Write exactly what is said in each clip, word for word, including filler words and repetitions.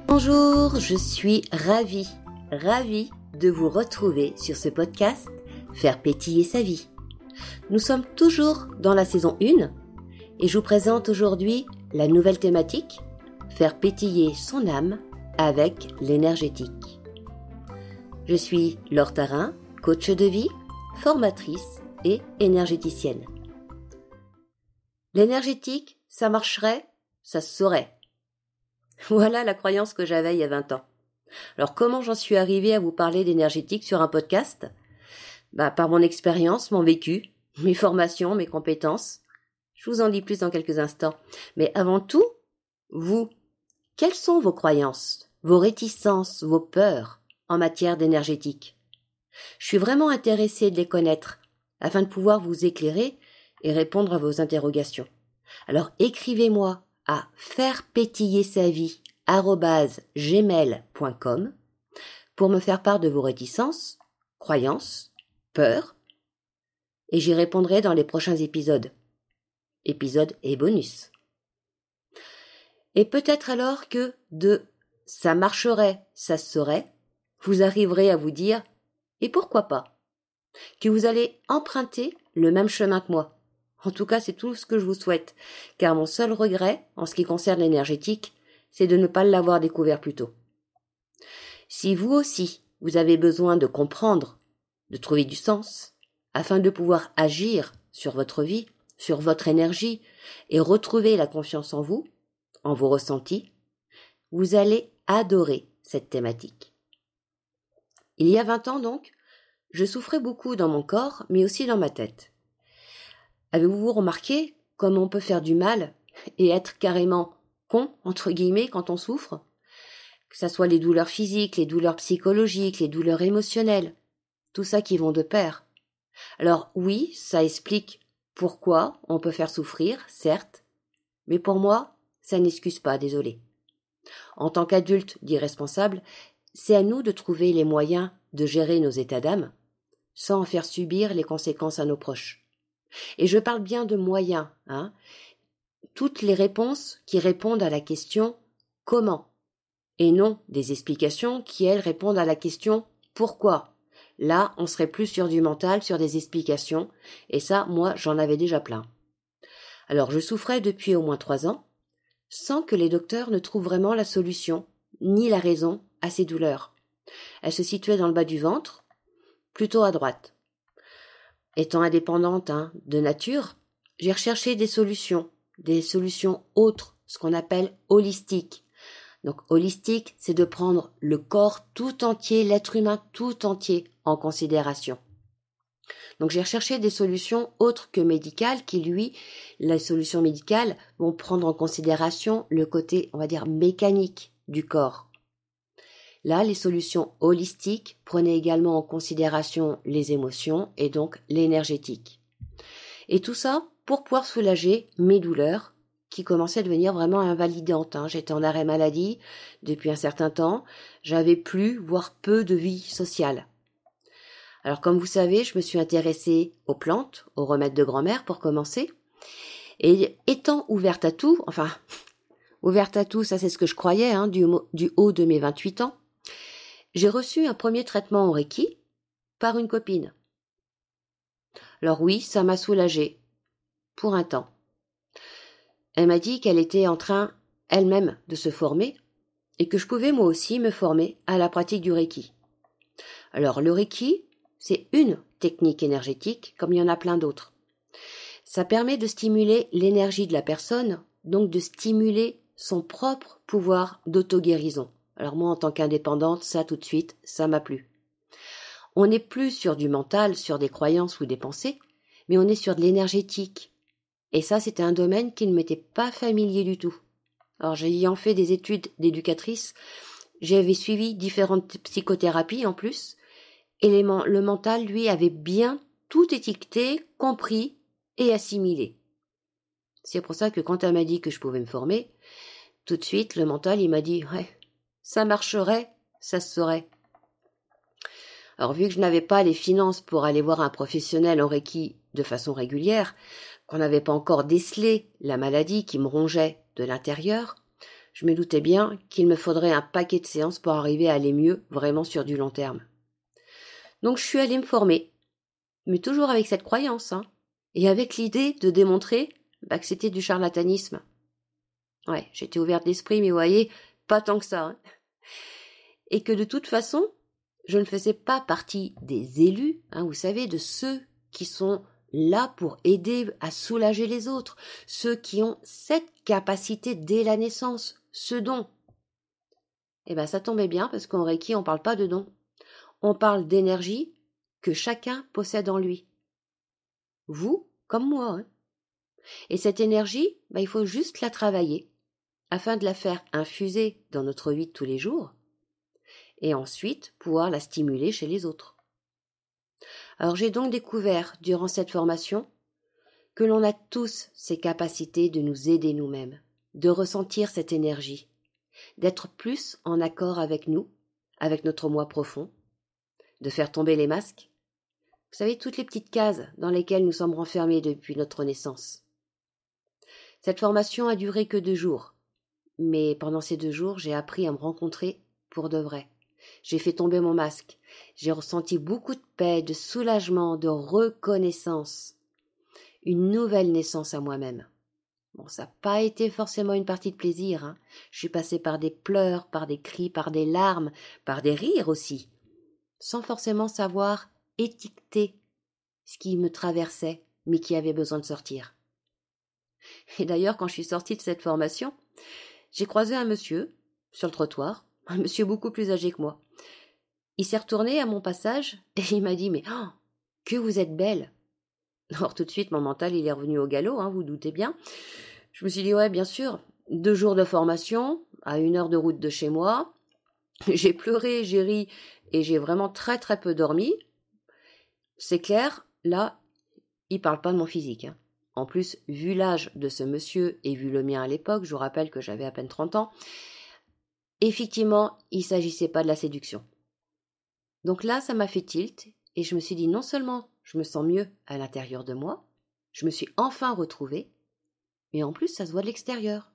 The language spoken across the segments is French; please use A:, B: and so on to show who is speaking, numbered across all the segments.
A: Bonjour, je suis ravie, ravie de vous retrouver sur ce podcast Faire pétiller sa vie. Nous sommes toujours dans la saison un et je vous présente aujourd'hui la nouvelle thématique Faire pétiller son âme avec l'énergétique. Je suis Laure Tarin, coach de vie, formatrice et énergéticienne. L'énergétique, ça marcherait, ça se saurait. Voilà la croyance que j'avais il y a vingt ans. Alors comment j'en suis arrivée à vous parler d'énergétique sur un podcast ? Bah, par mon expérience, mon vécu, mes formations, mes compétences. Je vous en dis plus dans quelques instants. Mais avant tout, vous, quelles sont vos croyances, vos réticences, vos peurs en matière d'énergétique ? Je suis vraiment intéressée de les connaître afin de pouvoir vous éclairer et répondre à vos interrogations. Alors écrivez-moi à faire pétiller sa vie arobase gmail point com pour me faire part de vos réticences, croyances, peurs, et j'y répondrai dans les prochains épisodes. Épisodes et bonus. Et peut-être alors que de « ça marcherait, ça se saurait », vous arriverez à vous dire « et pourquoi pas ?» que vous allez emprunter le même chemin que moi. En tout cas, c'est tout ce que je vous souhaite, car mon seul regret, en ce qui concerne l'énergétique, c'est de ne pas l'avoir découvert plus tôt. Si vous aussi, vous avez besoin de comprendre, de trouver du sens, afin de pouvoir agir sur votre vie, sur votre énergie, et retrouver la confiance en vous, en vos ressentis, vous allez adorer cette thématique. Il y a vingt ans donc, je souffrais beaucoup dans mon corps, mais aussi dans ma tête. Avez-vous remarqué comment on peut faire du mal et être carrément con, entre guillemets, quand on souffre ? Que ce soit les douleurs physiques, les douleurs psychologiques, les douleurs émotionnelles, tout ça qui vont de pair. Alors oui, ça explique pourquoi on peut faire souffrir, certes, mais pour moi, ça n'excuse pas, désolé. En tant qu'adulte d'irresponsable, c'est à nous de trouver les moyens de gérer nos états d'âme sans en faire subir les conséquences à nos proches. Et je parle bien de moyens, hein. Toutes les réponses qui répondent à la question « comment ?» et non des explications qui, elles, répondent à la question « pourquoi ?» Là, on serait plus sur du mental, sur des explications, et ça, moi, j'en avais déjà plein. Alors, je souffrais depuis au moins trois ans, sans que les docteurs ne trouvent vraiment la solution, ni la raison à ces douleurs. Elles se situaient dans le bas du ventre, plutôt à droite. Étant indépendante hein, de nature, j'ai recherché des solutions, des solutions autres, ce qu'on appelle holistiques. Donc holistique, c'est de prendre le corps tout entier, l'être humain tout entier en considération. Donc j'ai recherché des solutions autres que médicales qui, lui, les solutions médicales vont prendre en considération le côté, on va dire, mécanique du corps. Là, les solutions holistiques prenaient également en considération les émotions et donc l'énergétique. Et tout ça pour pouvoir soulager mes douleurs qui commençaient à devenir vraiment invalidantes. Hein. J'étais en arrêt maladie depuis un certain temps. J'avais plus, voire peu de vie sociale. Alors comme vous savez, je me suis intéressée aux plantes, aux remèdes de grand-mère pour commencer. Et étant ouverte à tout, enfin, ouverte à tout, ça c'est ce que je croyais, hein, du, du haut de mes vingt-huit ans, j'ai reçu un premier traitement en Reiki par une copine. Alors oui, ça m'a soulagée, pour un temps. Elle m'a dit qu'elle était en train, elle-même, de se former et que je pouvais moi aussi me former à la pratique du Reiki. Alors le Reiki, c'est une technique énergétique comme il y en a plein d'autres. Ça permet de stimuler l'énergie de la personne, donc de stimuler son propre pouvoir d'auto-guérison. Alors moi, en tant qu'indépendante, ça tout de suite, ça m'a plu. On n'est plus sur du mental, sur des croyances ou des pensées, mais on est sur de l'énergétique. Et ça, c'était un domaine qui ne m'était pas familier du tout. Alors, ayant fait des études d'éducatrice, j'avais suivi différentes psychothérapies en plus, et les, le mental, lui, avait bien tout étiqueté, compris et assimilé. C'est pour ça que quand elle m'a dit que je pouvais me former, tout de suite, le mental, il m'a dit « ouais, ça marcherait, ça se saurait ». Alors, vu que je n'avais pas les finances pour aller voir un professionnel en Reiki de façon régulière, qu'on n'avait pas encore décelé la maladie qui me rongeait de l'intérieur, Je me doutais bien qu'il me faudrait un paquet de séances pour arriver à aller mieux, vraiment sur du long terme. Donc je suis allée me former, mais toujours avec cette croyance, hein, et avec l'idée de démontrer bah, que c'était du charlatanisme. Ouais, j'étais ouverte d'esprit, mais vous voyez, pas tant que ça. Hein. Et que de toute façon, je ne faisais pas partie des élus, hein, vous savez, de ceux qui sont là pour aider à soulager les autres, ceux qui ont cette capacité dès la naissance, ce don. Eh bien, ça tombait bien parce qu'en Reiki, on ne parle pas de don. On parle d'énergie que chacun possède en lui. Vous, comme moi. Hein. Et cette énergie, ben, il faut juste la travailler afin de la faire infuser dans notre vie de tous les jours et ensuite pouvoir la stimuler chez les autres. Alors j'ai donc découvert durant cette formation que l'on a tous ces capacités de nous aider nous-mêmes, de ressentir cette énergie, d'être plus en accord avec nous, avec notre moi profond, de faire tomber les masques. Vous savez, toutes les petites cases dans lesquelles nous sommes renfermés depuis notre naissance. Cette formation a duré que deux jours, mais pendant ces deux jours, j'ai appris à me rencontrer pour de vrai. J'ai fait tomber mon masque, j'ai ressenti beaucoup de paix, de soulagement, de reconnaissance, une nouvelle naissance à moi-même. Bon, ça n'a pas été forcément une partie de plaisir, hein. Je suis passée par des pleurs, par des cris, par des larmes, par des rires aussi, sans forcément savoir étiqueter ce qui me traversait, mais qui avait besoin de sortir. Et d'ailleurs, quand je suis sortie de cette formation, j'ai croisé un monsieur sur le trottoir, un monsieur beaucoup plus âgé que moi. Il s'est retourné à mon passage et il m'a dit « Mais oh, que vous êtes belle !» Alors tout de suite, mon mental, il est revenu au galop, hein, vous doutez bien. Je me suis dit « Ouais, bien sûr, deux jours de formation, à une heure de route de chez moi. J'ai pleuré, j'ai ri et j'ai vraiment très très peu dormi. C'est clair, là, il parle pas de mon physique. Hein. En plus, vu l'âge de ce monsieur et vu le mien à l'époque, je vous rappelle que j'avais à peine trente ans, effectivement, il ne s'agissait pas de la séduction. Donc là, ça m'a fait tilt et je me suis dit non seulement je me sens mieux à l'intérieur de moi, je me suis enfin retrouvée, mais en plus ça se voit de l'extérieur.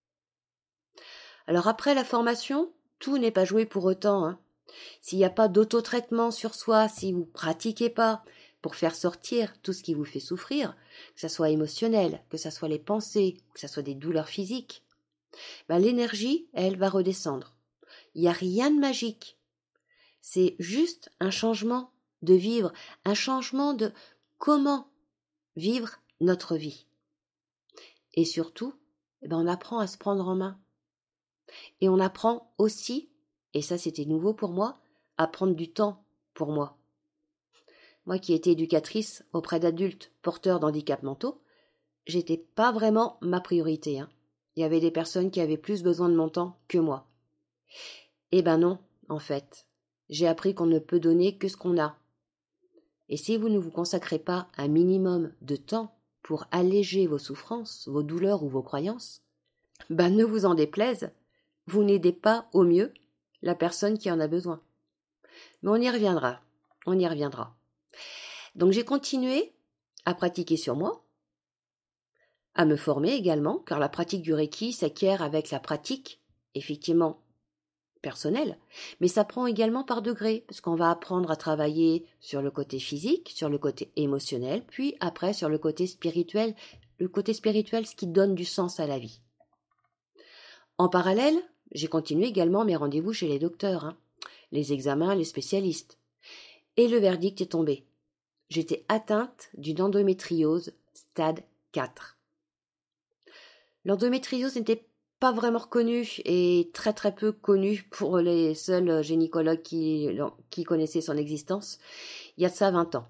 A: Alors après la formation, tout n'est pas joué pour autant. Hein. S'il n'y a pas d'auto-traitement sur soi, si vous ne pratiquez pas pour faire sortir tout ce qui vous fait souffrir, que ce soit émotionnel, que ce soit les pensées, que ce soit des douleurs physiques, ben l'énergie, elle, va redescendre. Il n'y a rien de magique. C'est juste un changement de vivre, un changement de comment vivre notre vie. Et surtout, eh ben on apprend à se prendre en main. Et on apprend aussi, et ça c'était nouveau pour moi, à prendre du temps pour moi. Moi qui étais éducatrice auprès d'adultes porteurs d'handicaps mentaux, j'étais pas vraiment ma priorité. Hein. Il y avait des personnes qui avaient plus besoin de mon temps que moi. Eh ben non, en fait. J'ai appris qu'on ne peut donner que ce qu'on a. Et si vous ne vous consacrez pas un minimum de temps pour alléger vos souffrances, vos douleurs ou vos croyances, ben ne vous en déplaise, vous n'aidez pas au mieux la personne qui en a besoin. Mais on y reviendra, on y reviendra. Donc j'ai continué à pratiquer sur moi, à me former également, car la pratique du Reiki s'acquiert avec la pratique, effectivement, personnel, mais ça prend également par degrés, parce qu'on va apprendre à travailler sur le côté physique, sur le côté émotionnel, puis après sur le côté spirituel, le côté spirituel, ce qui donne du sens à la vie. En parallèle, j'ai continué également mes rendez-vous chez les docteurs, hein, les examens, les spécialistes. Et le verdict est tombé. J'étais atteinte d'une endométriose stade quatre. L'endométriose n'était pas vraiment reconnue et très très peu connue pour les seuls gynécologues qui, qui connaissaient son existence, il y a de ça vingt ans.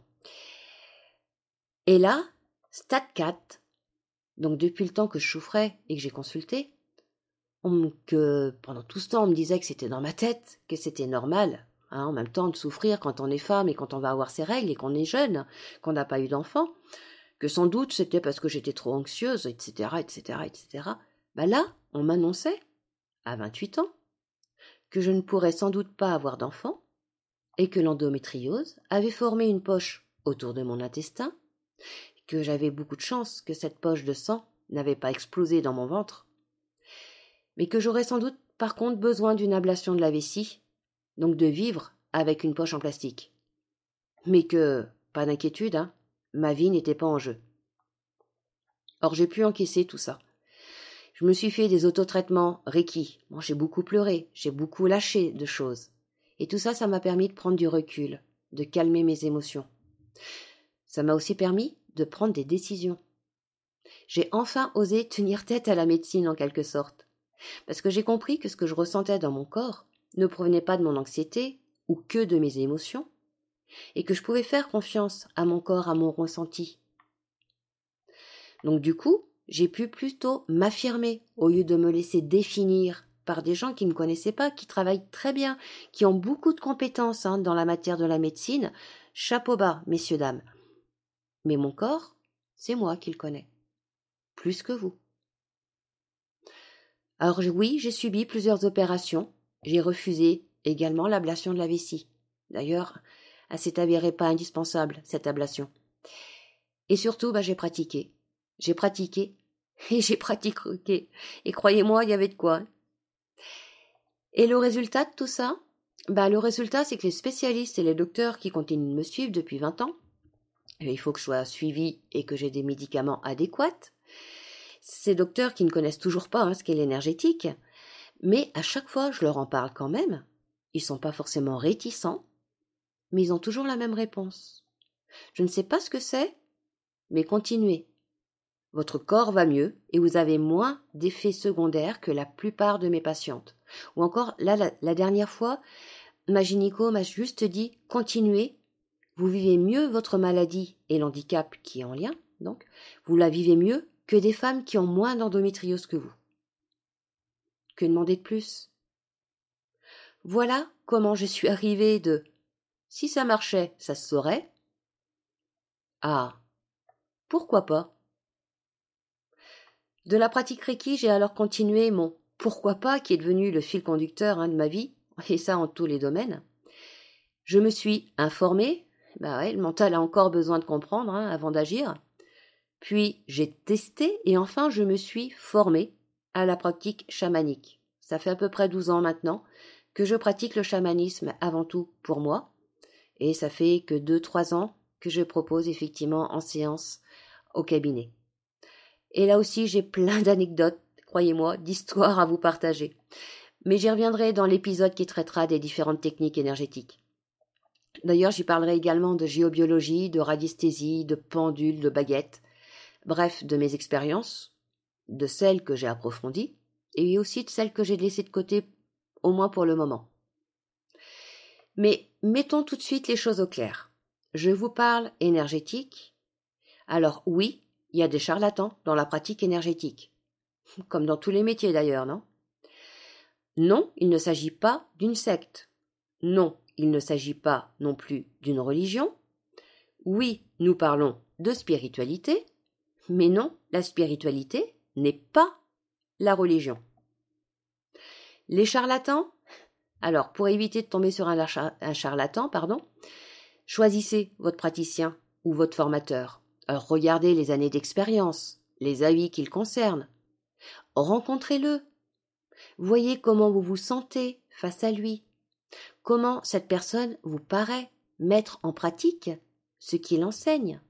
A: Et là, stade quatre, donc depuis le temps que je souffrais et que j'ai consulté, on, que pendant tout ce temps on me disait que c'était dans ma tête, que c'était normal, hein, en même temps de souffrir quand on est femme et quand on va avoir ses règles et qu'on est jeune, qu'on n'a pas eu d'enfant, que sans doute c'était parce que j'étais trop anxieuse, et cetera, et cetera, et cetera. Ben là, on m'annonçait, à vingt-huit ans, que je ne pourrais sans doute pas avoir d'enfant et que l'endométriose avait formé une poche autour de mon intestin, que j'avais beaucoup de chance que cette poche de sang n'avait pas explosé dans mon ventre. mais que j'aurais sans doute par contre besoin d'une ablation de la vessie, donc de vivre avec une poche en plastique. Mais que, pas d'inquiétude, hein, ma vie n'était pas en jeu. Or j'ai pu encaisser tout ça. Je me suis fait des autotraitements Reiki. Bon, j'ai beaucoup pleuré, j'ai beaucoup lâché de choses. Et tout ça, ça m'a permis de prendre du recul, de calmer mes émotions. Ça m'a aussi permis de prendre des décisions. J'ai enfin osé tenir tête à la médecine en quelque sorte. Parce que j'ai compris que ce que je ressentais dans mon corps ne provenait pas de mon anxiété ou que de mes émotions, et que je pouvais faire confiance à mon corps, à mon ressenti. Donc du coup, j'ai pu plutôt m'affirmer au lieu de me laisser définir par des gens qui ne me connaissaient pas, qui travaillent très bien, qui ont beaucoup de compétences hein, dans la matière de la médecine. Chapeau bas, messieurs, dames. Mais mon corps, c'est moi qui le connais. Plus que vous. Alors oui, j'ai subi plusieurs opérations. J'ai refusé également l'ablation de la vessie. D'ailleurs, elle s'est avérée pas indispensable, cette ablation. Et surtout, bah, j'ai pratiqué. J'ai pratiqué et j'ai pratiqué. Et croyez-moi, il y avait de quoi. Et le résultat de tout ça, bah, le résultat, c'est que les spécialistes et les docteurs qui continuent de me suivre depuis vingt ans, il faut que je sois suivie et que j'ai des médicaments adéquats. Ces docteurs qui ne connaissent toujours pas hein, ce qu'est l'énergétique, mais à chaque fois, je leur en parle quand même. Ils sont pas forcément réticents, mais ils ont toujours la même réponse. Je ne sais pas ce que c'est, mais continuez. Votre corps va mieux et vous avez moins d'effets secondaires que la plupart de mes patientes. Ou encore, là, la, la dernière fois, ma gynéco m'a juste dit « Continuez, vous vivez mieux votre maladie et l'handicap qui est en lien, donc, vous la vivez mieux que des femmes qui ont moins d'endométriose que vous. » Que demander de plus? Voilà comment je suis arrivée de « Si ça marchait, ça se saurait » à « Pourquoi pas ?» De la pratique Reiki, j'ai alors continué mon « pourquoi pas » qui est devenu le fil conducteur hein, de ma vie, et ça en tous les domaines. Je me suis informée, bah ouais, le mental a encore besoin de comprendre hein, avant d'agir. Puis j'ai testé et enfin je me suis formée à la pratique chamanique. Ça fait à peu près douze ans maintenant que je pratique le chamanisme avant tout pour moi. Et ça fait que deux trois ans que je propose effectivement en séance au cabinet. Et là aussi, j'ai plein d'anecdotes, croyez-moi, d'histoires à vous partager. Mais j'y reviendrai dans l'épisode qui traitera des différentes techniques énergétiques. D'ailleurs, j'y parlerai également de géobiologie, de radiesthésie, de pendules, de baguettes. Bref, de mes expériences, de celles que j'ai approfondies, et aussi de celles que j'ai laissées de côté, au moins pour le moment. Mais mettons tout de suite les choses au clair. Je vous parle énergétique. Alors oui, il y a des charlatans dans la pratique énergétique. Comme dans tous les métiers d'ailleurs, non? Non, il ne s'agit pas d'une secte. Non, il ne s'agit pas non plus d'une religion. Oui, nous parlons de spiritualité, mais non, la spiritualité n'est pas la religion. Les charlatans? Alors, pour éviter de tomber sur un, char- un charlatan, pardon, choisissez votre praticien ou votre formateur. Alors, regardez les années d'expérience, les avis qu'il concerne. Rencontrez-le. Voyez comment vous vous sentez face à lui. Comment cette personne vous paraît mettre en pratique ce qu'il enseigne.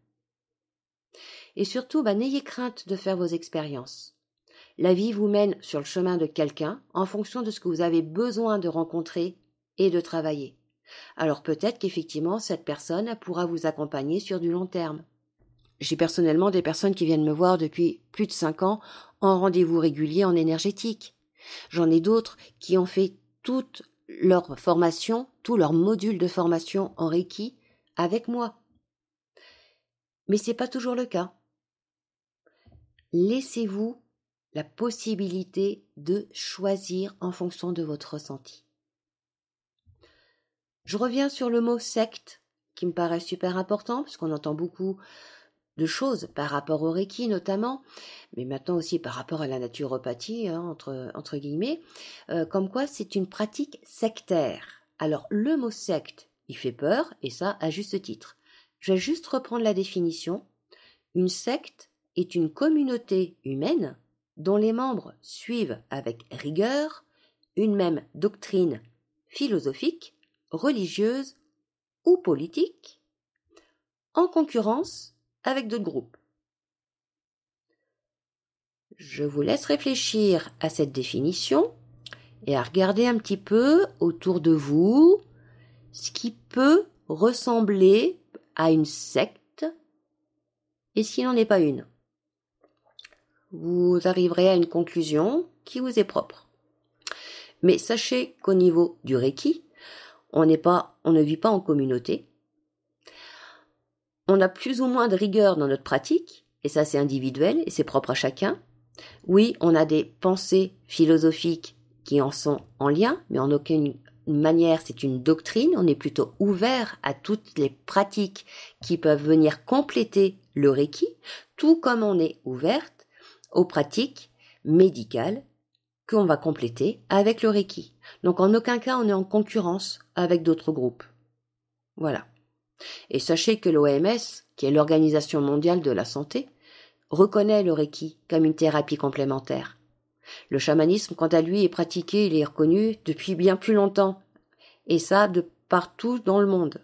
A: Et surtout, bah, n'ayez crainte de faire vos expériences. La vie vous mène sur le chemin de quelqu'un en fonction de ce que vous avez besoin de rencontrer et de travailler. Alors peut-être qu'effectivement, cette personne pourra vous accompagner sur du long terme. J'ai personnellement des personnes qui viennent me voir depuis plus de cinq ans en rendez-vous régulier en énergétique. J'en ai d'autres qui ont fait toute leur formation, tout leur module de formation en Reiki avec moi. Mais ce n'est pas toujours le cas. Laissez-vous la possibilité de choisir en fonction de votre ressenti. Je reviens sur le mot secte, qui me paraît super important, parce qu'on entend beaucoup de choses par rapport au Reiki notamment, mais maintenant aussi par rapport à la naturopathie, hein, entre, entre guillemets, euh, comme quoi c'est une pratique sectaire. Alors le mot secte, il fait peur, et ça à juste titre. Je vais juste reprendre la définition. Une secte est une communauté humaine dont les membres suivent avec rigueur une même doctrine philosophique, religieuse ou politique, en concurrence avec d'autres groupes. Je vous laisse réfléchir à cette définition et à regarder un petit peu autour de vous ce qui peut ressembler à une secte et s'il n'en est pas une. Vous arriverez à une conclusion qui vous est propre. Mais sachez qu'au niveau du Reiki, on n'est pas, on ne vit pas en communauté. On a plus ou moins de rigueur dans notre pratique, et ça c'est individuel et c'est propre à chacun. Oui, on a des pensées philosophiques qui en sont en lien, mais en aucune manière c'est une doctrine. On est plutôt ouvert à toutes les pratiques qui peuvent venir compléter le Reiki, tout comme on est ouverte aux pratiques médicales qu'on va compléter avec le Reiki. Donc en aucun cas on est en concurrence avec d'autres groupes. Voilà. Et sachez que l'O M S, qui est l'Organisation mondiale de la santé, reconnaît le Reiki comme une thérapie complémentaire. Le chamanisme, quant à lui, est pratiqué, il est reconnu depuis bien plus longtemps, et ça de partout dans le monde.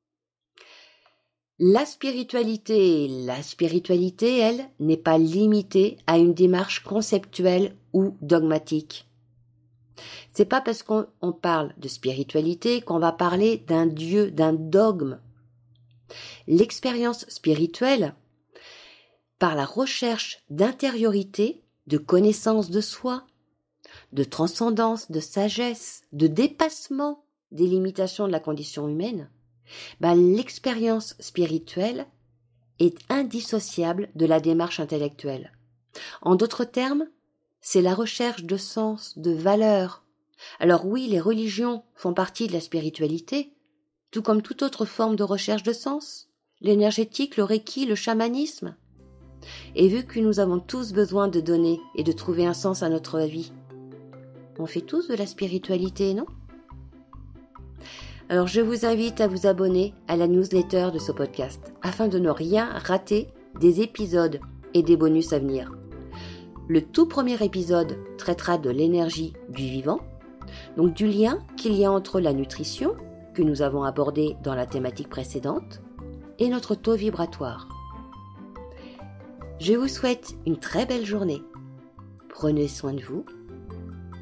A: La spiritualité, la spiritualité, elle, n'est pas limitée à une démarche conceptuelle ou dogmatique. C'est pas parce qu'on on parle de spiritualité qu'on va parler d'un dieu, d'un dogme. L'expérience spirituelle, par la recherche d'intériorité, de connaissance de soi, de transcendance, de sagesse, de dépassement des limitations de la condition humaine, bah, l'expérience spirituelle est indissociable de la démarche intellectuelle. En d'autres termes, c'est la recherche de sens, de valeur. Alors oui, les religions font partie de la spiritualité, tout comme toute autre forme de recherche de sens, l'énergétique, le reiki, le chamanisme. Et vu que nous avons tous besoin de donner et de trouver un sens à notre vie, on fait tous de la spiritualité, non ? Alors je vous invite à vous abonner à la newsletter de ce podcast, afin de ne rien rater des épisodes et des bonus à venir. Le tout premier épisode traitera de l'énergie du vivant, donc du lien qu'il y a entre la nutrition, que nous avons abordé dans la thématique précédente, et notre taux vibratoire. Je vous souhaite une très belle journée. Prenez soin de vous.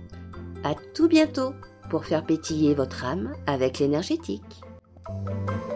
A: À tout bientôt pour faire pétiller votre âme avec l'énergétique.